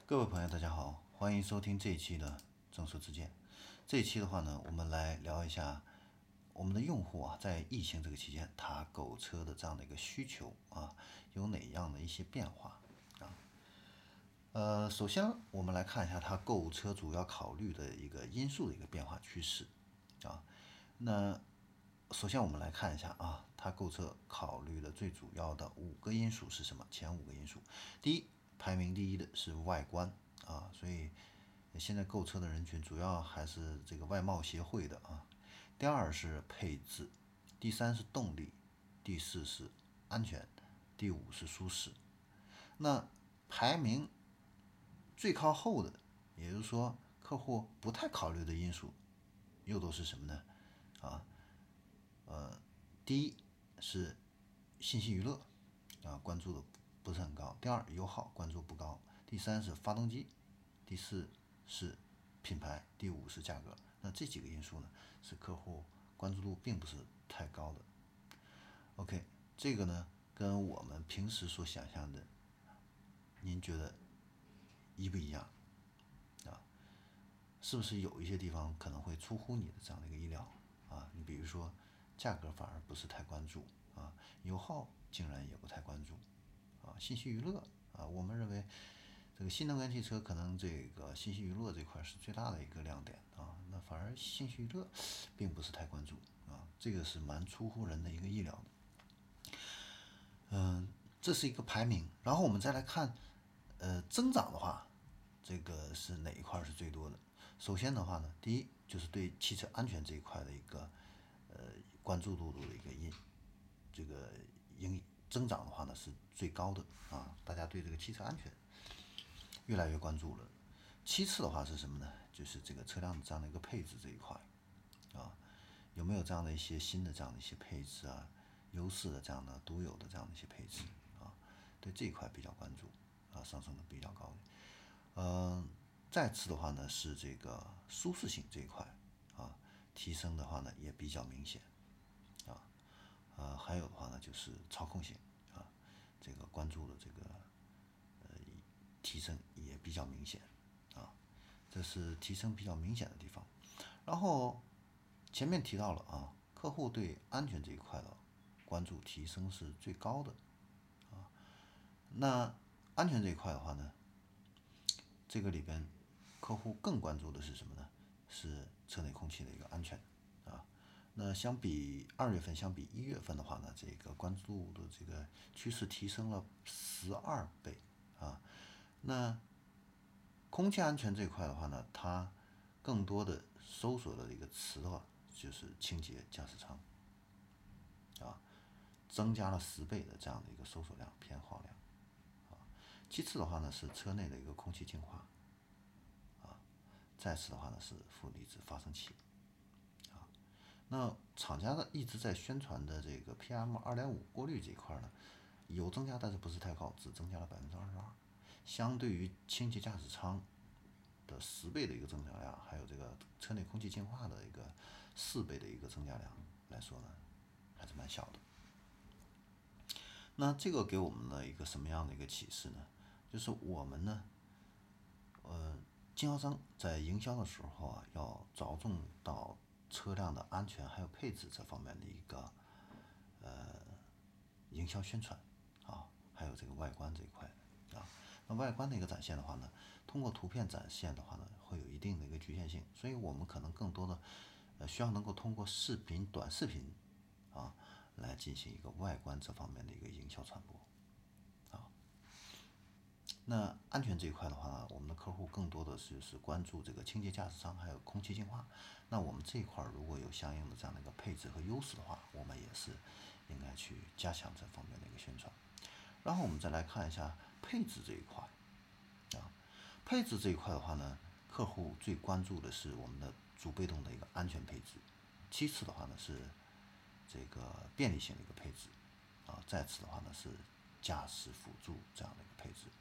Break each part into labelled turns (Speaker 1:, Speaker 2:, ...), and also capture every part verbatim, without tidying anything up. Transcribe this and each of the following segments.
Speaker 1: 各位朋友，大家好，欢迎收听这一期的正说之见。这一期的话呢，我们来聊一下我们的用户啊，在疫情这个期间，他购车的这样的一个需求啊，有哪样的一些变化啊？呃，首先我们来看一下他购车主要考虑的一个因素的一个变化趋势啊。那首先我们来看一下啊，他购车考虑的最主要的五个因素是什么？前五个因素，第一，排名第一的是外观啊，所以现在购车的人群主要还是这个外貌协会的啊。第二是配置，第三是动力，第四是安全，第五是舒适。那排名最靠后的，也就是说客户不太考虑的因素，又都是什么呢？啊，呃，第一是信息娱乐啊，关注的不是很高；第二，油耗关注不高；第三是发动机；第四是品牌；第五是价格。那这几个因素呢，是客户关注度并不是太高的。OK，这个呢，跟我们平时所想象的，您觉得一不一样啊？是不是有一些地方可能会出乎你的这样的一个意料啊？你比如说，价格反而不是太关注啊，油耗竟然也不太关注啊，信息娱乐啊，我们认为这个新能源汽车可能这个信息娱乐这块是最大的一个亮点啊，那反而信息娱乐并不是太关注啊，这个是蛮出乎人的一个意料的。嗯，这是一个排名，然后我们再来看，呃，增长的话，这个是哪一块是最多的？首先的话呢，第一就是对汽车安全这一块的一个呃关注度的一个因这个应增长的话呢是最高的啊，大家对这个汽车安全越来越关注了。其次的话是什么呢？就是这个车辆这样的一个配置这一块啊，有没有这样的一些新的这样的一些配置啊，优势的这样的独有的这样的一些配置啊，对这一块比较关注啊，上升的比较高。嗯、呃，再次的话呢是这个舒适性这一块啊，提升的话呢也比较明显啊，呃，还有的话呢就是操控性啊，这个关注的这个呃提升也比较明显啊，这是提升比较明显的地方。然后前面提到了啊，客户对安全这一块的关注提升是最高的啊。那安全这一块的话呢，这个里边客户更关注的是什么呢？是车内空气的一个安全啊。那相比二月份，相比一月份的话呢，这个关注的这个趋势提升了十二倍啊。那空气安全这一块的话呢，它更多的搜索的一个词的话，就是清洁驾驶舱啊，增加了十倍的这样的一个搜索量、偏好量啊。其次的话呢，是车内的一个空气净化啊，再次的话呢是负离子发生器啊。那厂家呢一直在宣传的这个 P M 二点五过滤这一块呢，有增加，但是不是太高，只增加了百分之二十二，相对于清洁驾驶舱的十倍的一个增加量，还有这个车内空气净化的一个四倍的一个增加量来说呢，还是蛮小的。那这个给我们的一个什么样的一个启示呢？就是我们呢，呃，经销商在营销的时候啊，要着重到车辆的安全还有配置这方面的一个呃营销宣传啊，还有这个外观这一块啊。那外观的一个展现的话呢，通过图片展现的话呢，会有一定的一个局限性，所以我们可能更多的呃需要能够通过视频、短视频啊来进行一个外观这方面的一个营销传播啊。那安全这一块的话，我们的客户更多的是是关注这个清洁驾驶舱还有空气净化。那我们这一块如果有相应的这样的一个配置和优势的话，我们也是应该去加强这方面的一个宣传。然后我们再来看一下配置这一块啊，配置这一块的话呢，客户最关注的是我们的主被动的一个安全配置，其次的话呢是这个便利性的一个配置啊，再次的话呢是驾驶辅助这样的一个配置。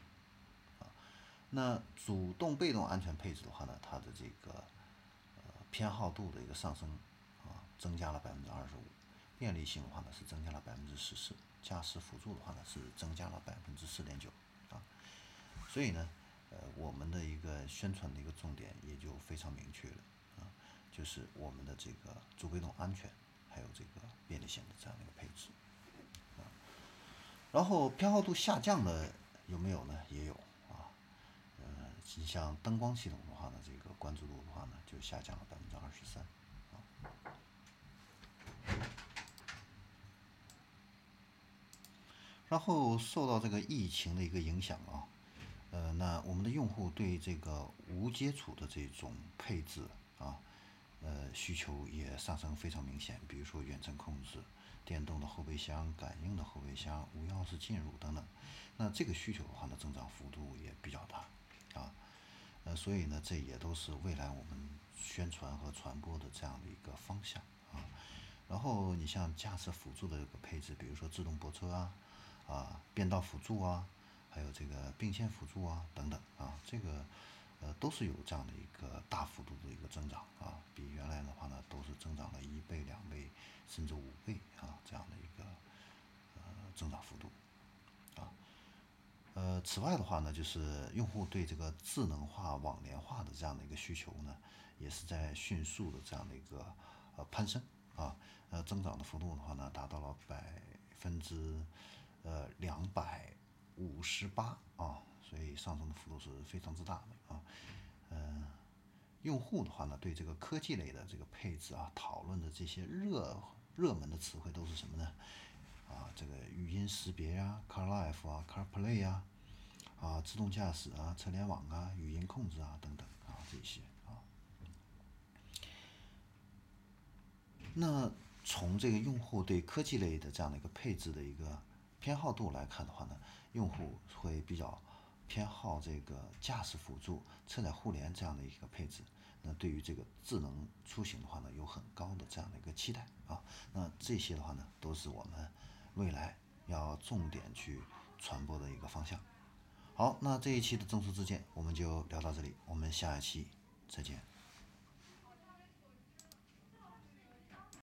Speaker 1: 那主动被动安全配置的话呢，它的这个呃偏好度的一个上升啊，增加了百分之二十五，便利性的话呢是增加了百分之十四，驾驶辅助的话呢是增加了百分之四点九啊。所以呢，呃， 我们的一个宣传的一个重点也就非常明确了啊，就是我们的这个主被动安全，还有这个便利性的这样的一个配置啊。然后偏好度下降的有没有呢？也有啊。呃，你像灯光系统的话呢，这个关注度的话呢，就下降了百分之二十三。然后受到这个疫情的一个影响啊，呃，那我们的用户对这个无接触的这种配置啊，呃，需求也上升非常明显。比如说远程控制、电动的后备箱、感应的后备箱、无钥匙进入等等。那这个需求的话呢，增长幅度也比较大啊。呃，所以呢，这也都是未来我们宣传和传播的这样的一个方向啊。然后你像驾驶辅助的这个配置，比如说自动泊车啊，啊，变道辅助啊，还有这个并线辅助啊等等啊，这个呃都是有这样的一个大幅度的一个增长啊，比原来的话呢都是增长了一倍、两倍甚至五倍啊这样的一个呃增长幅度啊。呃，此外的话呢，就是用户对这个智能化、网联化的这样的一个需求呢，也是在迅速的这样的一个呃攀升啊，呃增长的幅度的话呢，达到了百分之呃两百五十八啊，所以上升的幅度是非常之大的啊。嗯、呃，用户的话呢，对这个科技类的这个配置啊，讨论的这些热热门的词汇都是什么呢？啊，这个语音识别呀、CarLife 啊、CarPlay 呀、啊，自动驾驶啊、车联网啊、语音控制啊等等啊这些啊。那从这个用户对科技类的这样的一个配置的一个偏好度来看的话呢，用户会比较偏好这个驾驶辅助、车载互联这样的一个配置。那对于这个智能出行的话呢，有很高的这样的一个期待啊。那这些的话呢，都是我们未来要重点去传播的一个方向。好，那这一期的正说之见我们就聊到这里，我们下一期再见。